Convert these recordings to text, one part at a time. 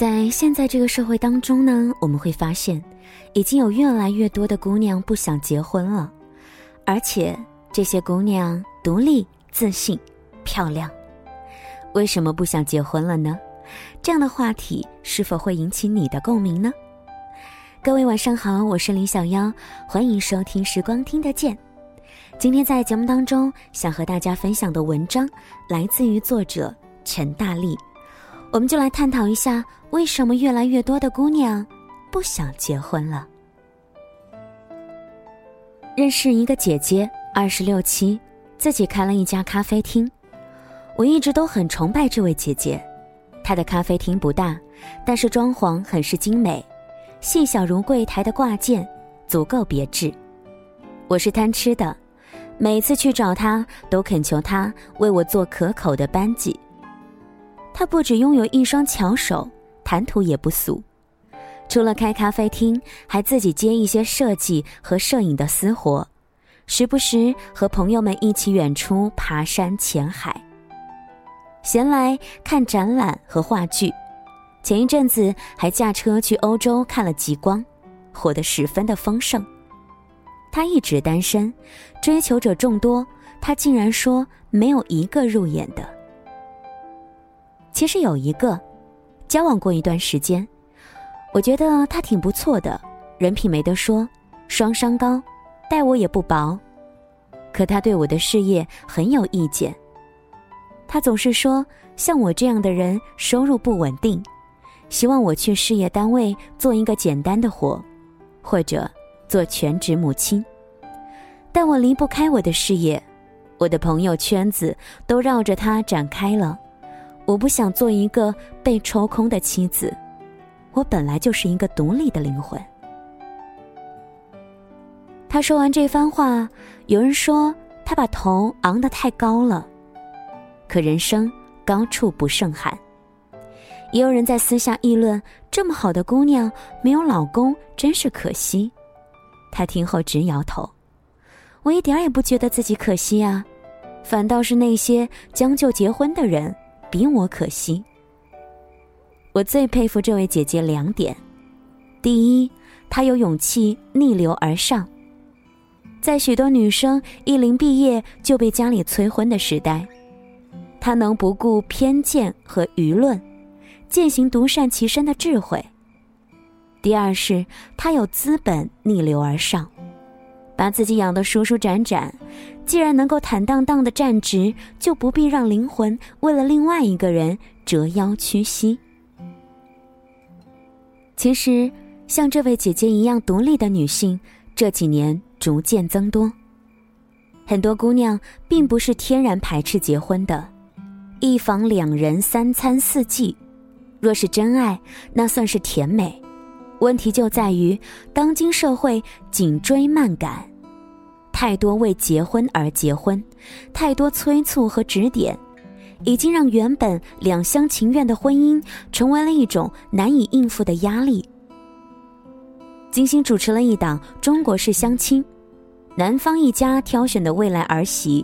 在现在这个社会当中呢，我们会发现已经有越来越多的姑娘不想结婚了，而且这些姑娘独立、自信、漂亮。为什么不想结婚了呢？这样的话题是否会引起你的共鸣呢？各位晚上好，我是林小妖，欢迎收听时光听得见。今天在节目当中想和大家分享的文章来自于作者陈大力，我们就来探讨一下为什么越来越多的姑娘不想结婚了。认识一个姐姐26、7，自己开了一家咖啡厅。我一直都很崇拜这位姐姐，她的咖啡厅不大，但是装潢很是精美，细小如柜台的挂件，足够别致。我是贪吃的，每次去找她都恳求她为我做可口的班戟。她不只拥有一双巧手，谈吐也不俗。除了开咖啡厅，还自己接一些设计和摄影的私活，时不时和朋友们一起远出爬山潜海。闲来看展览和话剧，前一阵子还驾车去欧洲看了极光，活得十分的丰盛。他一直单身，追求者众多，他竟然说没有一个入眼的。其实有一个，交往过一段时间，我觉得他挺不错的，人品没得说，双商高，待我也不薄。可他对我的事业很有意见。他总是说像我这样的人收入不稳定，希望我去事业单位做一个简单的活，或者做全职母亲。但我离不开我的事业，我的朋友圈子都绕着他展开了。我不想做一个被抽空的妻子，我本来就是一个独立的灵魂。他说完这番话，有人说他把头昂得太高了，可人生高处不胜寒。也有人在私下议论，这么好的姑娘没有老公真是可惜。他听后直摇头，我一点也不觉得自己可惜啊，反倒是那些将就结婚的人比我可惜。我最佩服这位姐姐2点。第一，她有勇气逆流而上。在许多女生一临毕业就被家里催婚的时代，她能不顾偏见和舆论，践行独善其身的智慧。第二是她有资本逆流而上，把自己养得舒舒展展，既然能够坦荡荡地站直，就不必让灵魂为了另外一个人折腰屈膝。其实像这位姐姐一样独立的女性这几年逐渐增多。很多姑娘并不是天然排斥结婚的，一房2人3餐4季，若是真爱，那算是甜美。问题就在于当今社会紧追慢赶，太多为结婚而结婚，太多催促和指点，已经让原本两厢情愿的婚姻成为了一种难以应付的压力。金星主持了一档中国式相亲，男方一家挑选的未来儿媳，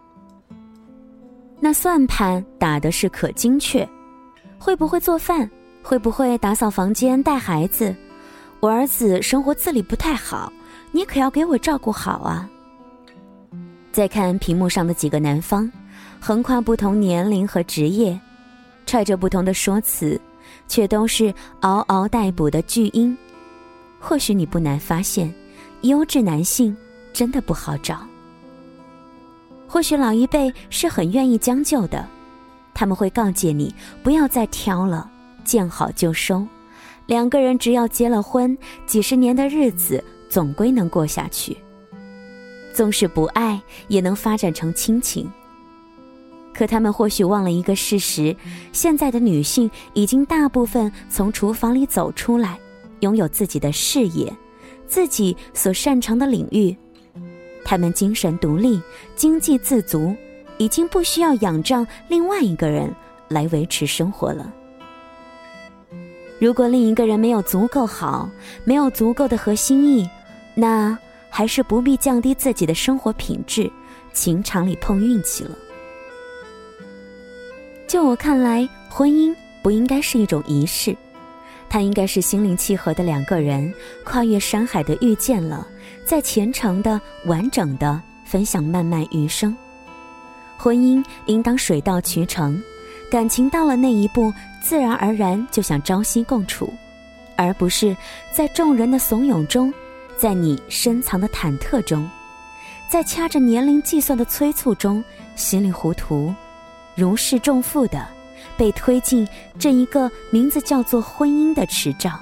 那算盘打的是可精确，会不会做饭，会不会打扫房间带孩子，我儿子生活自理不太好，你可要给我照顾好啊。再看屏幕上的几个男方，横跨不同年龄和职业，揣着不同的说辞，却都是嗷嗷待哺的巨婴。或许你不难发现，优质男性真的不好找。或许老一辈是很愿意将就的，他们会告诫你不要再挑了，见好就收，两个人只要结了婚，几十年的日子总归能过下去，纵使不爱也能发展成亲情。可他们或许忘了一个事实，现在的女性已经大部分从厨房里走出来，拥有自己的事业，自己所擅长的领域。她们精神独立，经济自足，已经不需要仰仗另外一个人来维持生活了。如果另一个人没有足够好，没有足够的合心意，那还是不必降低自己的生活品质，情场里碰运气了。就我看来，婚姻不应该是一种仪式， 他应该是心灵契合的两个人，跨越山海的遇见了，在虔诚的、完整的分享漫漫余生。婚姻应当水到渠成，感情到了那一步，自然而然就想朝夕共处，而不是在众人的怂恿中，在你深藏的忐忑中，在掐着年龄计算的催促中，稀里糊涂如释重负的被推进这一个名字叫做婚姻的池沼。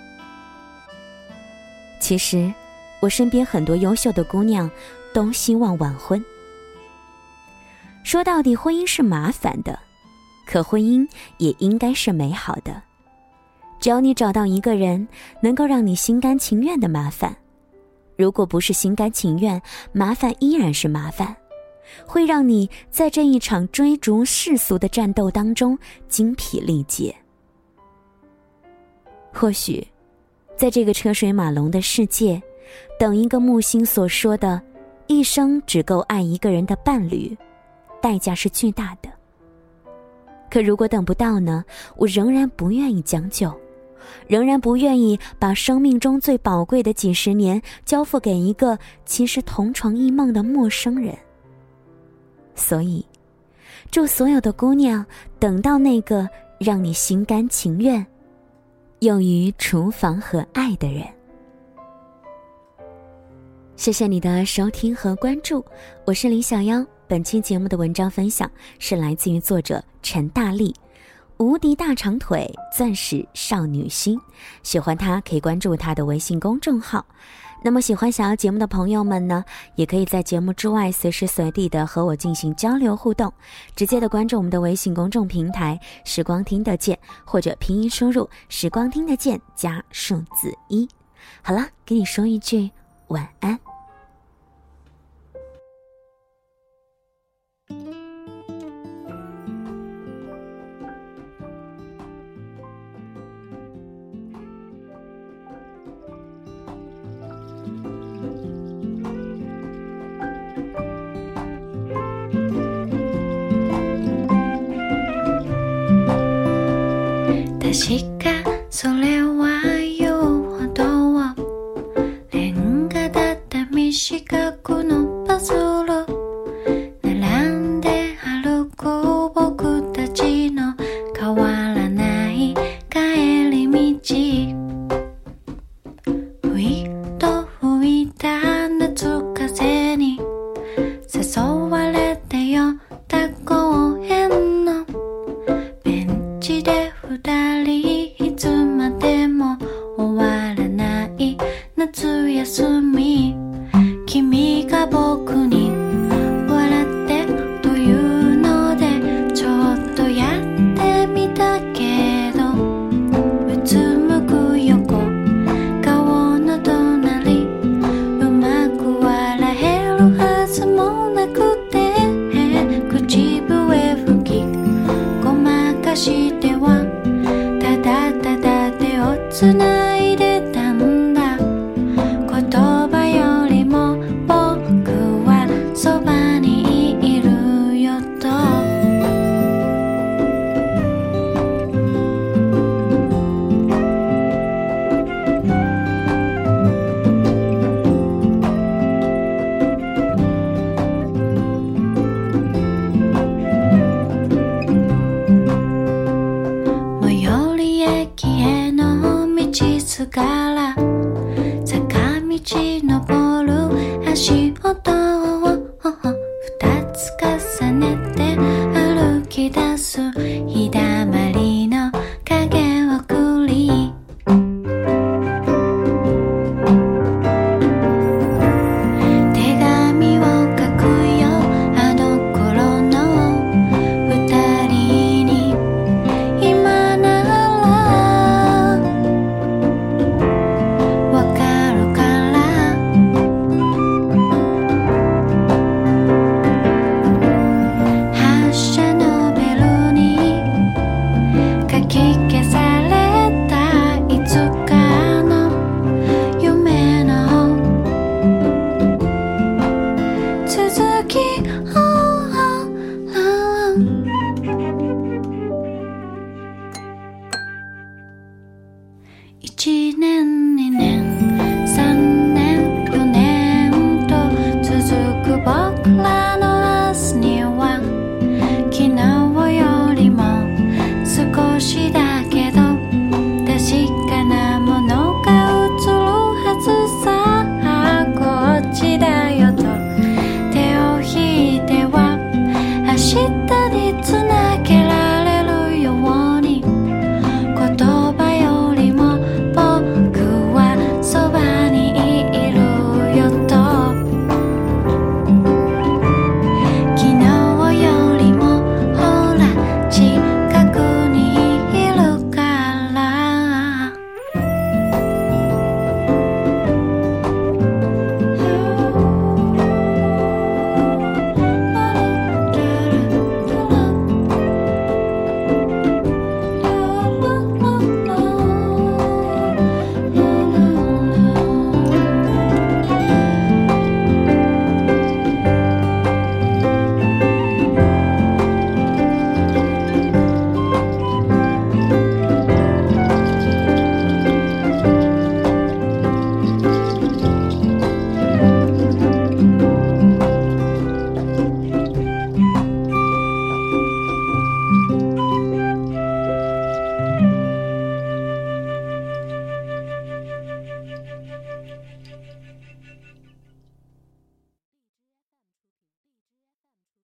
其实我身边很多优秀的姑娘都希望晚婚。说到底，婚姻是麻烦的，可婚姻也应该是美好的。只要你找到一个人能够让你心甘情愿的麻烦，如果不是心甘情愿，麻烦依然是麻烦，会让你在这一场追逐世俗的战斗当中精疲力竭。或许在这个车水马龙的世界，等一个木星所说的一生只够爱一个人的伴侣，代价是巨大的。可如果等不到呢，我仍然不愿意将就，仍然不愿意把生命中最宝贵的几十年交付给一个其实同床异梦的陌生人。所以祝所有的姑娘等到那个让你心甘情愿用于厨房和爱的人。谢谢你的收听和关注，我是李小妖。本期节目的文章分享是来自于作者陈大力，无敌大长腿钻石少女心，喜欢他可以关注他的微信公众号。那么喜欢小妖节目的朋友们呢，也可以在节目之外随时随地的和我进行交流互动，直接的关注我们的微信公众平台时光听得见，或者拼音输入时光听得见加数字1。好了，跟你说一句晚安。 確かそれは言うほどレンガだった三四角のパズル並んで歩く僕たちの変わらない帰り道ふいと吹いた夏風に誘われて寄った公園のベンチで二人いつまでも終わらない夏休み君が僕に笑ってというのでちょっとやってみたけどうつむく横顔の隣うまく笑えるはずもなくて口笛吹きごまかしてはただただ手をつないでたんだ言葉よりも僕はそばにいるよと最寄り駅への道すがら坂道登る足音